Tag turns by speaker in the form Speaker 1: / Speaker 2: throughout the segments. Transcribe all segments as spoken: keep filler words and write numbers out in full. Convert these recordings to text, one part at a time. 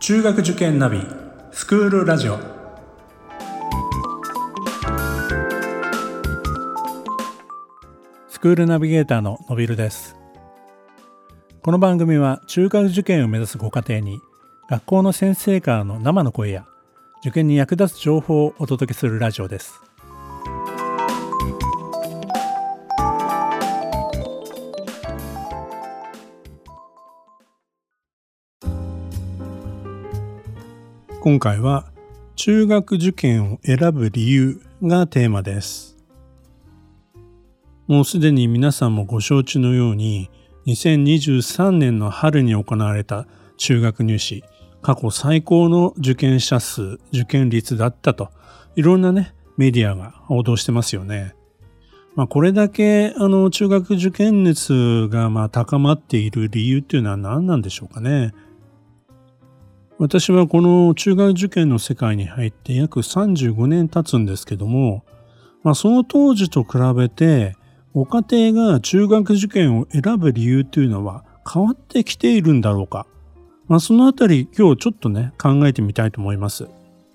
Speaker 1: 中学受験ナビスクールラジオ。スクールナビゲーターののびるです。この番組は中学受験を目指すご家庭に学校の先生からの生の声や受験に役立つ情報をお届けするラジオです。今回は中学受験を選ぶ理由がテーマです。もうすでに皆さんもご承知のようににせんにじゅうさんねんの春に行われた中学入試、過去最高の受験者数、受験率だったといろんなねメディアが報道してますよね。まあ、これだけあの中学受験熱がまあ高まっている理由っていうのは何なんでしょうかね。私はこの中学受験の世界に入って約さんじゅうごねん経つんですけども、まあ、その当時と比べてご家庭が中学受験を選ぶ理由というのは変わってきているんだろうか。まあ、そのあたり今日ちょっとね考えてみたいと思います。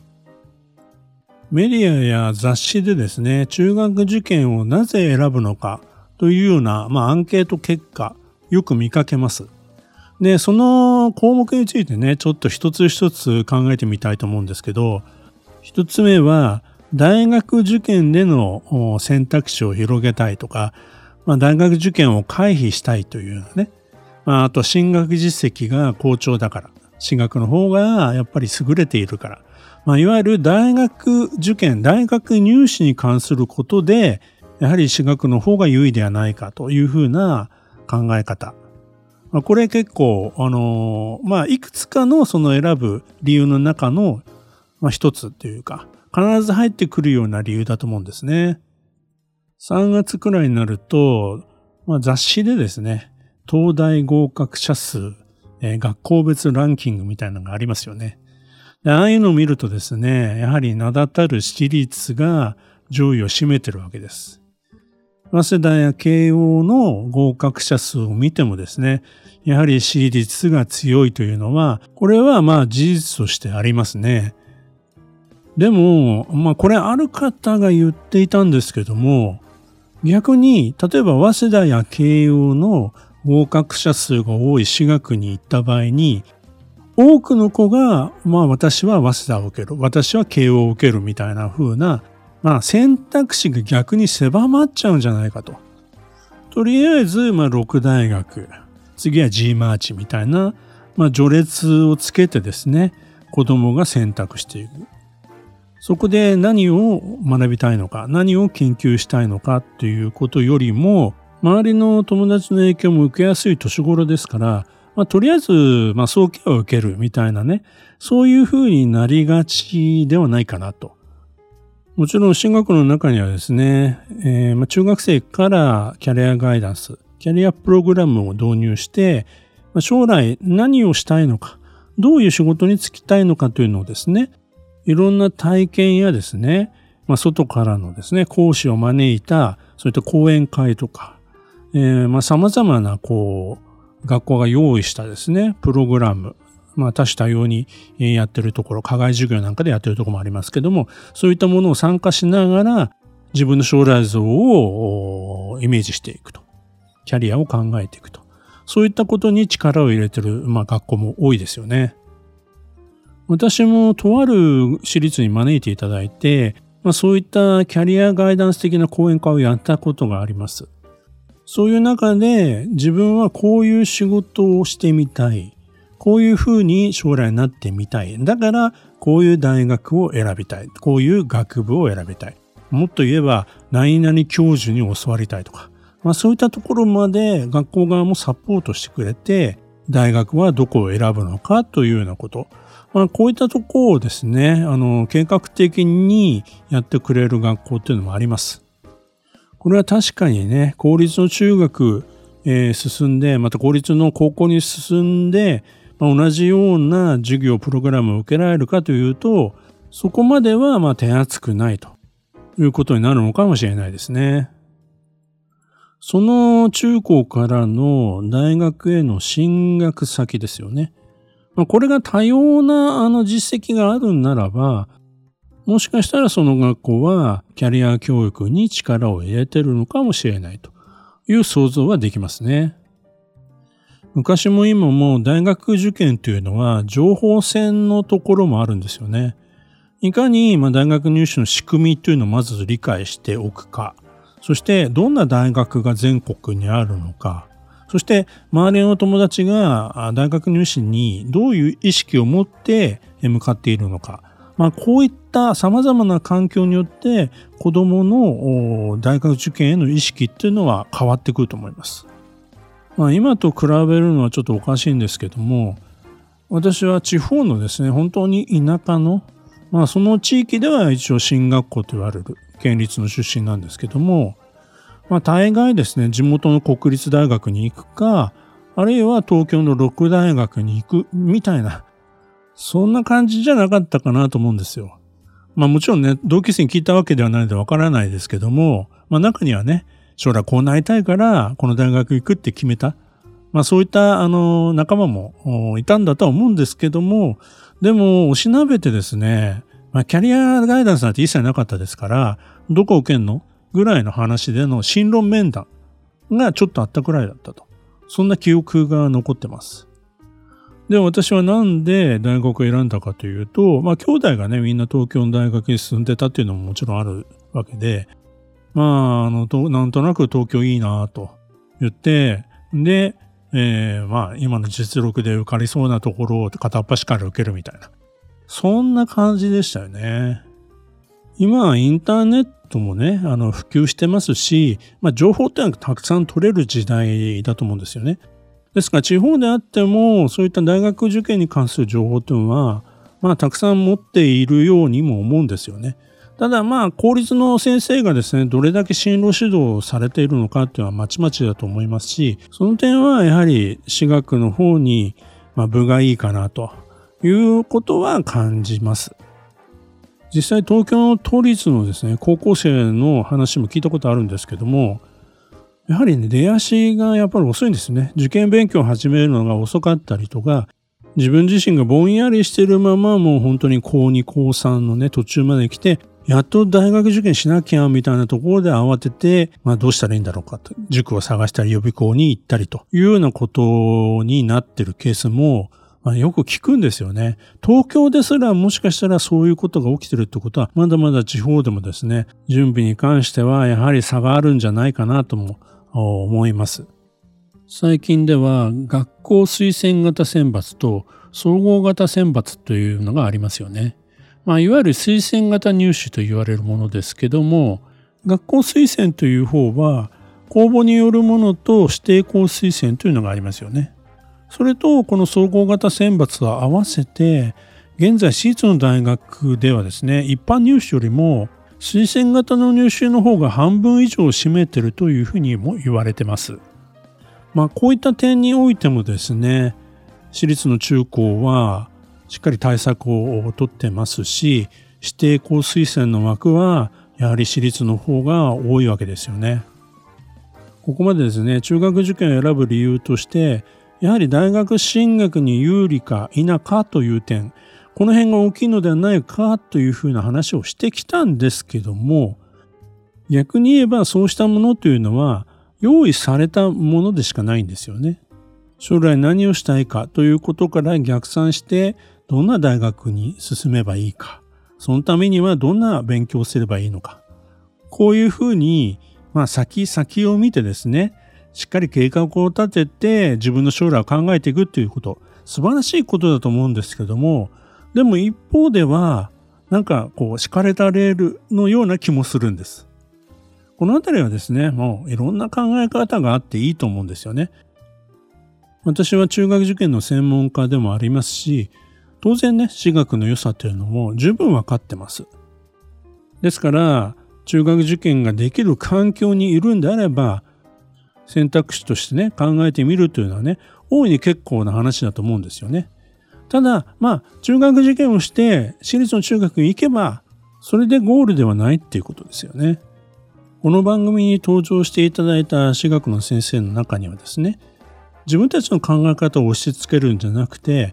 Speaker 1: メディアや雑誌でですね、中学受験をなぜ選ぶのかというような、まあ、アンケート結果よく見かけます。で、その項目についてね、ちょっと一つ一つ考えてみたいと思うんですけど、一つ目は、大学受験での選択肢を広げたいとか、まあ、大学受験を回避したいというね、まあ、あと進学実績が好調だから、進学の方がやっぱり優れているから、まあ、いわゆる大学受験、大学入試に関することで、やはり進学の方が優位ではないかというふうな考え方。これ結構、あのー、まあ、いくつかのその選ぶ理由の中の、まあ、一つというか、必ず入ってくるような理由だと思うんですね。さんがつくらいになると、まあ、雑誌でですね、東大合格者数、えー、学校別ランキングみたいなのがありますよね。で、ああいうのを見るとですね、やはり名だたる私立が上位を占めてるわけです。早稲田や慶応の合格者数を見てもですね、やはり私立が強いというのは、これはまあ事実としてありますね。でも、まあこれある方が言っていたんですけども、逆に、例えば早稲田や慶応の合格者数が多い私学に行った場合に、多くの子が、まあ私は早稲田を受ける、私は慶応を受けるみたいな風な、まあ選択肢が逆に狭まっちゃうんじゃないかと。とりあえず、まあろく大学、次は G マーチみたいな、まあ序列をつけてですね、子供が選択していく。そこで何を学びたいのか、何を研究したいのかっていうことよりも、周りの友達の影響も受けやすい年頃ですから、まあ、とりあえず、まあ、早期は受けるみたいなね、そういうふうになりがちではないかなと。もちろん進学の中にはですね、えーまあ、中学生からキャリアガイダンス、キャリアプログラムを導入して、まあ、将来何をしたいのか、どういう仕事に就きたいのかというのをですね、いろんな体験やですね、まあ、外からのですね、講師を招いた、そういった講演会とか、えー、まあ様々なこう、学校が用意したですね、プログラム、まあ多種多様にやってるところ、課外授業なんかでやってるところもありますけども、そういったものを参加しながら、自分の将来像をイメージしていくと。キャリアを考えていくと。そういったことに力を入れてる、まあ、学校も多いですよね。私もとある私立に招いていただいて、まあ、そういったキャリアガイダンス的な講演会をやったことがあります。そういう中で自分はこういう仕事をしてみたい。こういうふうに将来になってみたい。だからこういう大学を選びたい。こういう学部を選びたい。もっと言えば何々教授に教わりたいとか。まあそういったところまで学校側もサポートしてくれて、大学はどこを選ぶのかというようなこと。まあこういったところをですね、あの計画的にやってくれる学校っていうのもあります。これは確かにね、公立の中学、えー、進んで、また公立の高校に進んで、まあ、同じような授業、プログラムを受けられるかというと、そこまではまあ手厚くないということになるのかもしれないですね。その中高からの大学への進学先ですよね。 まあ、これが多様なあの実績があるんならば、もしかしたらその学校はキャリア教育に力を入れてるのかもしれないという想像はできますね。昔も今も大学受験というのは情報戦のところもあるんですよね。いかにまあ大学入試の仕組みというのをまず理解しておくか、そしてどんな大学が全国にあるのか、そして周りの友達が大学入試にどういう意識を持って向かっているのか、まあ、こういった様々な環境によって子どもの大学受験への意識っていうのは変わってくると思います。まあ、今と比べるのはちょっとおかしいんですけども、私は地方のですね、本当に田舎の、まあ、その地域では一応進学校と言われる県立の出身なんですけども、まあ、大概ですね、地元の国立大学に行くか、あるいは東京の六大学に行くみたいな、そんな感じじゃなかったかなと思うんですよ。まあもちろんね、同級生に聞いたわけではないのでわからないですけども、まあ中にはね、将来こうなりたいからこの大学行くって決めた。まあそういったあの仲間もいたんだとは思うんですけども、でもおしなべてですね、まあキャリアガイダンスなんて一切なかったですから、どこ受けんのぐらいの話での進路面談がちょっとあったくらいだったと。そんな記憶が残ってます。で、私はなんで大学を選んだかというと、まあ兄弟がね、みんな東京の大学に進んでたっていうのももちろんあるわけで、まあ、あの、なんとなく東京いいなと言って、で、えー、まあ今の実力で受かりそうなところを片っ端から受けるみたいな。そんな感じでしたよね。今はインターネットもね、あの普及してますし、まあ情報ってのはたくさん取れる時代だと思うんですよね。ですから地方であってもそういった大学受験に関する情報というのはまあたくさん持っているようにも思うんですよね。ただまあ公立の先生がですねどれだけ進路指導されているのかっていうのはまちまちだと思いますし、その点はやはり私学の方にまあ分がいいかなということは感じます。実際東京の都立のですね高校生の話も聞いたことあるんですけども、やはりね、出足がやっぱり遅いんですね。受験勉強を始めるのが遅かったりとか、自分自身がぼんやりしているままもう本当に高に高さんのね、途中まで来て、やっと大学受験しなきゃみたいなところで慌てて、まあどうしたらいいんだろうかと。塾を探したり予備校に行ったりというようなことになってるケースも、まあ、よく聞くんですよね。東京ですらもしかしたらそういうことが起きてるってことは、まだまだ地方でもですね、準備に関してはやはり差があるんじゃないかなとも思います。最近では学校推薦型選抜と総合型選抜というのがありますよね。まあ、いわゆる推薦型入試と言われるものですけども、学校推薦という方は公募によるものと指定校推薦というのがありますよね。それとこの総合型選抜を合わせて、現在私立の大学ではですね、一般入試よりも推薦型の入試の方が半分以上を占めているというふうにも言われてます。まあこういった点においてもですね、私立の中高はしっかり対策をとってますし、指定校推薦の枠はやはり私立の方が多いわけですよね。ここまでですね、中学受験を選ぶ理由として、やはり大学進学に有利か否かという点、この辺が大きいのではないかというふうな話をしてきたんですけども、逆に言えばそうしたものというのは用意されたものでしかないんですよね。将来何をしたいかということから逆算してどんな大学に進めばいいか、そのためにはどんな勉強をすればいいのか、こういうふうにまあ先々を見てですね、しっかり計画を立てて自分の将来を考えていくということ、素晴らしいことだと思うんですけども、でも一方ではなんかこう敷かれたレールのような気もするんです。このあたりはですね、もういろんな考え方があっていいと思うんですよね。私は中学受験の専門家でもありますし、当然ね、私学の良さというのも十分分かってます。ですから中学受験ができる環境にいるんであれば、選択肢としてね、考えてみるというのはね、大いに結構な話だと思うんですよね。ただ、まあ、中学受験をして、私立の中学に行けば、それでゴールではないっていうことですよね。この番組に登場していただいた私学の先生の中にはですね、自分たちの考え方を押し付けるんじゃなくて、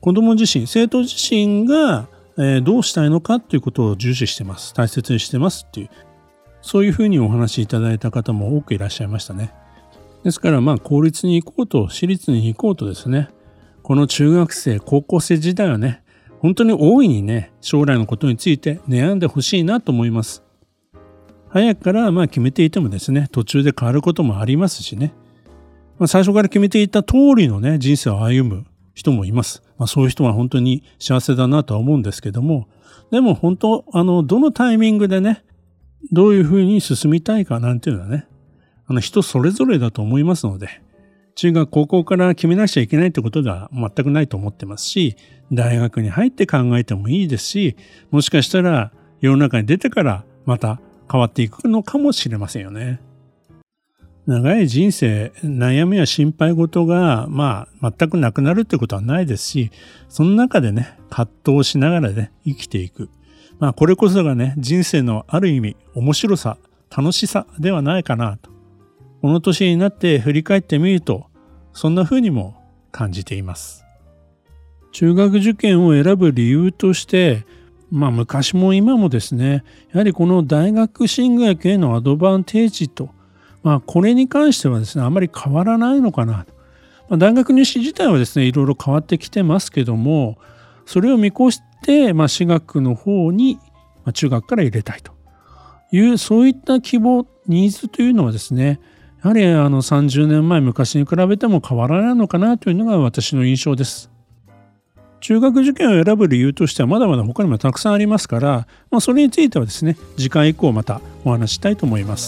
Speaker 1: 子供自身、生徒自身が、えー、どうしたいのかということを重視してます。大切にしてますっていう、そういうふうにお話しいただいた方も多くいらっしゃいましたね。ですから、まあ、公立に行こうと、私立に行こうとですね、この中学生、高校生時代はね、本当に大いにね、将来のことについて悩んでほしいなと思います。早くからまあ決めていてもですね、途中で変わることもありますしね、まあ、最初から決めていた通りのね、人生を歩む人もいます。まあ、そういう人は本当に幸せだなとは思うんですけども、でも本当、あの、どのタイミングでね、どういうふうに進みたいかなんていうのはね、あの人それぞれだと思いますので、中学高校から決めなくちゃいけないってことでは全くないと思ってますし、大学に入って考えてもいいですし、もしかしたら世の中に出てからまた変わっていくのかもしれませんよね。長い人生、悩みや心配事がまあ全くなくなるってことはないですし、その中でね、葛藤しながらね、生きていく。まあこれこそがね、人生のある意味面白さ、楽しさではないかなと。この年になって振り返ってみると、そんな風にも感じています。中学受験を選ぶ理由として、まあ昔も今もですね、やはりこの大学進学へのアドバンテージと、まあこれに関してはですね、あまり変わらないのかなと。まあ、大学入試自体はですね、いろいろ変わってきてますけども、それを見越して、まあ私学の方に、まあ、中学から入れたいという、そういった希望、ニーズというのはですね、やはりあのさんじゅうねんまえ昔に比べても変わらないのかなというのが私の印象です。中学受験を選ぶ理由としてはまだまだ他にもたくさんありますから、まあ、それについてはですね、次回以降またお話ししたいと思います。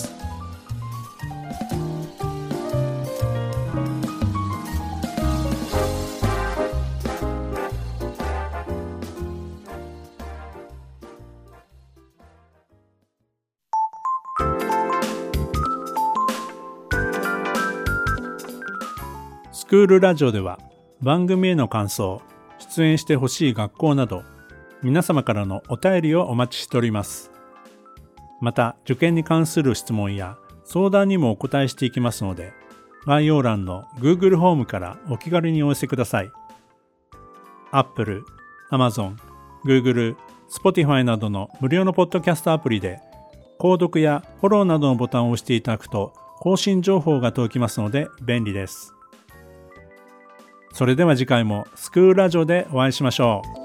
Speaker 1: スクールラジオでは番組への感想、出演してほしい学校など皆様からのお便りをお待ちしております。また受験に関する質問や相談にもお答えしていきますので、概要欄の Google ホームからお気軽にお寄せください。Apple、Amazon、Google、Spotify などの無料のポッドキャストアプリで購読やフォローなどのボタンを押していただくと更新情報が届きますので便利です。それでは次回もスクールラジオでお会いしましょう。